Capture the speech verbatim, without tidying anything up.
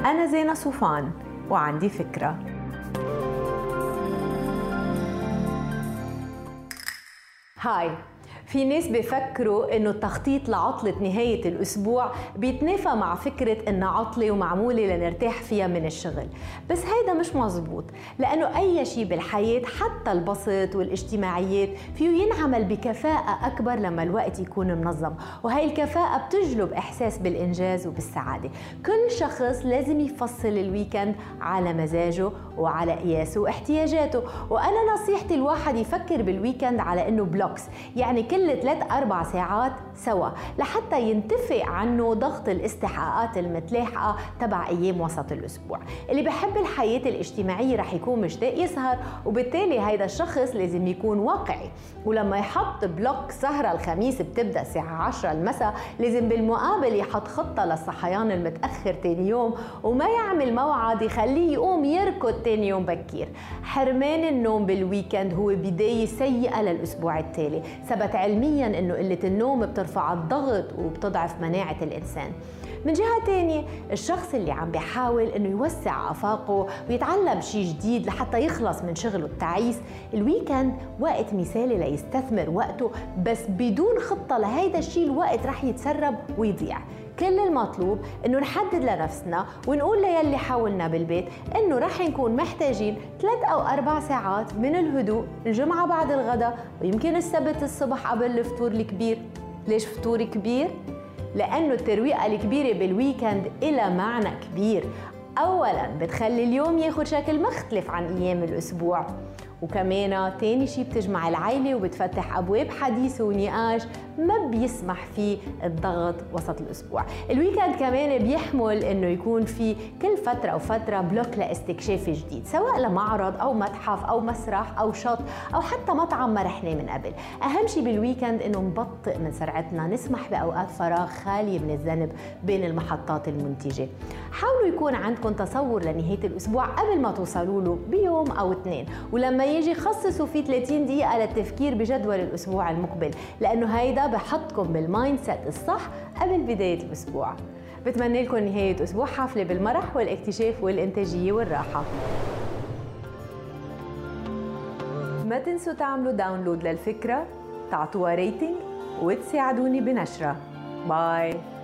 أنا زينة صوفان وعندي فكرة. هاي، في ناس بيفكروا انه التخطيط لعطلة نهاية الاسبوع بيتنافى مع فكرة انها عطلة ومعمولة لنرتاح فيها من الشغل، بس هيدا مش مزبوط، لانه اي شيء بالحياة حتى البسط والاجتماعيات فيه ينعمل بكفاءة اكبر لما الوقت يكون منظم، وهي الكفاءة بتجلب احساس بالانجاز وبالسعادة. كل شخص لازم يفصل الويكند على مزاجه وعلى قياسه واحتياجاته، وانا نصيحتي الواحد يفكر بالويكند على انه بلوكس، يعني كل ثلاث أربع ساعات سوا، لحتى ينتفي عنه ضغط الاستحقاقات المتلاحقة تبع أيام وسط الأسبوع. اللي بحب الحياة الاجتماعية رح يكون مشتاق يسهر، وبالتالي هيدا الشخص لازم يكون واقعي، ولما يحط بلوك سهرة الخميس بتبدأ الساعة عشرة المساء لازم بالمقابل يحط خطة للصحيان المتأخر تاني يوم، وما يعمل موعد يخليه يقوم يركض تاني يوم بكير. حرمان النوم بالويكند هو بداية سيئة للأسبوع التالي. ثبت علمياً إنه قلة النوم بترفع الضغط وبتضعف مناعة الإنسان. من جهة تانية، الشخص اللي عم بيحاول إنه يوسع آفاقه ويتعلم شيء جديد لحتى يخلص من شغله التعيس، الويكند وقت مثالي ليستثمر وقته، بس بدون خطة لهيدا الشيء الوقت رح يتسرب ويضيع. كل المطلوب انه نحدد لنفسنا ونقول ليلي حاولنا بالبيت انه رح نكون محتاجين ثلاث او اربع ساعات من الهدوء، الجمعة بعد الغداء ويمكن السبت الصبح قبل الفطور الكبير. ليش فطور كبير؟ لانه الترويقة الكبيرة بالويكند إلها معنى كبير. اولا بتخلي اليوم ياخد شكل مختلف عن ايام الاسبوع، وكمان تاني شي بتجمع العائلة وبتفتح أبواب حديث ونقاش ما بيسمح فيه الضغط وسط الأسبوع. الويكند كمان بيحمل إنه يكون في كل فترة وفترة بلوك لاستكشاف جديد، سواء لمعرض أو متحف أو مسرح أو شط أو حتى مطعم ما رحنا من قبل. أهم شي بالويكند إنه نبطئ من سرعتنا، نسمح بأوقات فراغ خالية من الذنب بين المحطات المنتجة. حاولوا يكون عندكم تصور لنهاية الأسبوع قبل ما توصلوا له بيوم أو اثنين، ولما يجي خصصوا فيه ثلاثين دقيقة للتفكير بجدول الأسبوع المقبل، لأنه هيدا بحطكم بالمايند سيت الصح قبل بداية الأسبوع. بتمنى لكم نهاية أسبوع حافلة بالمرح والاكتشاف والإنتاجية والراحة. ما تنسوا تعملوا داونلود للفكرة، تعطوها ريتنج وتساعدوني بنشرها. باي.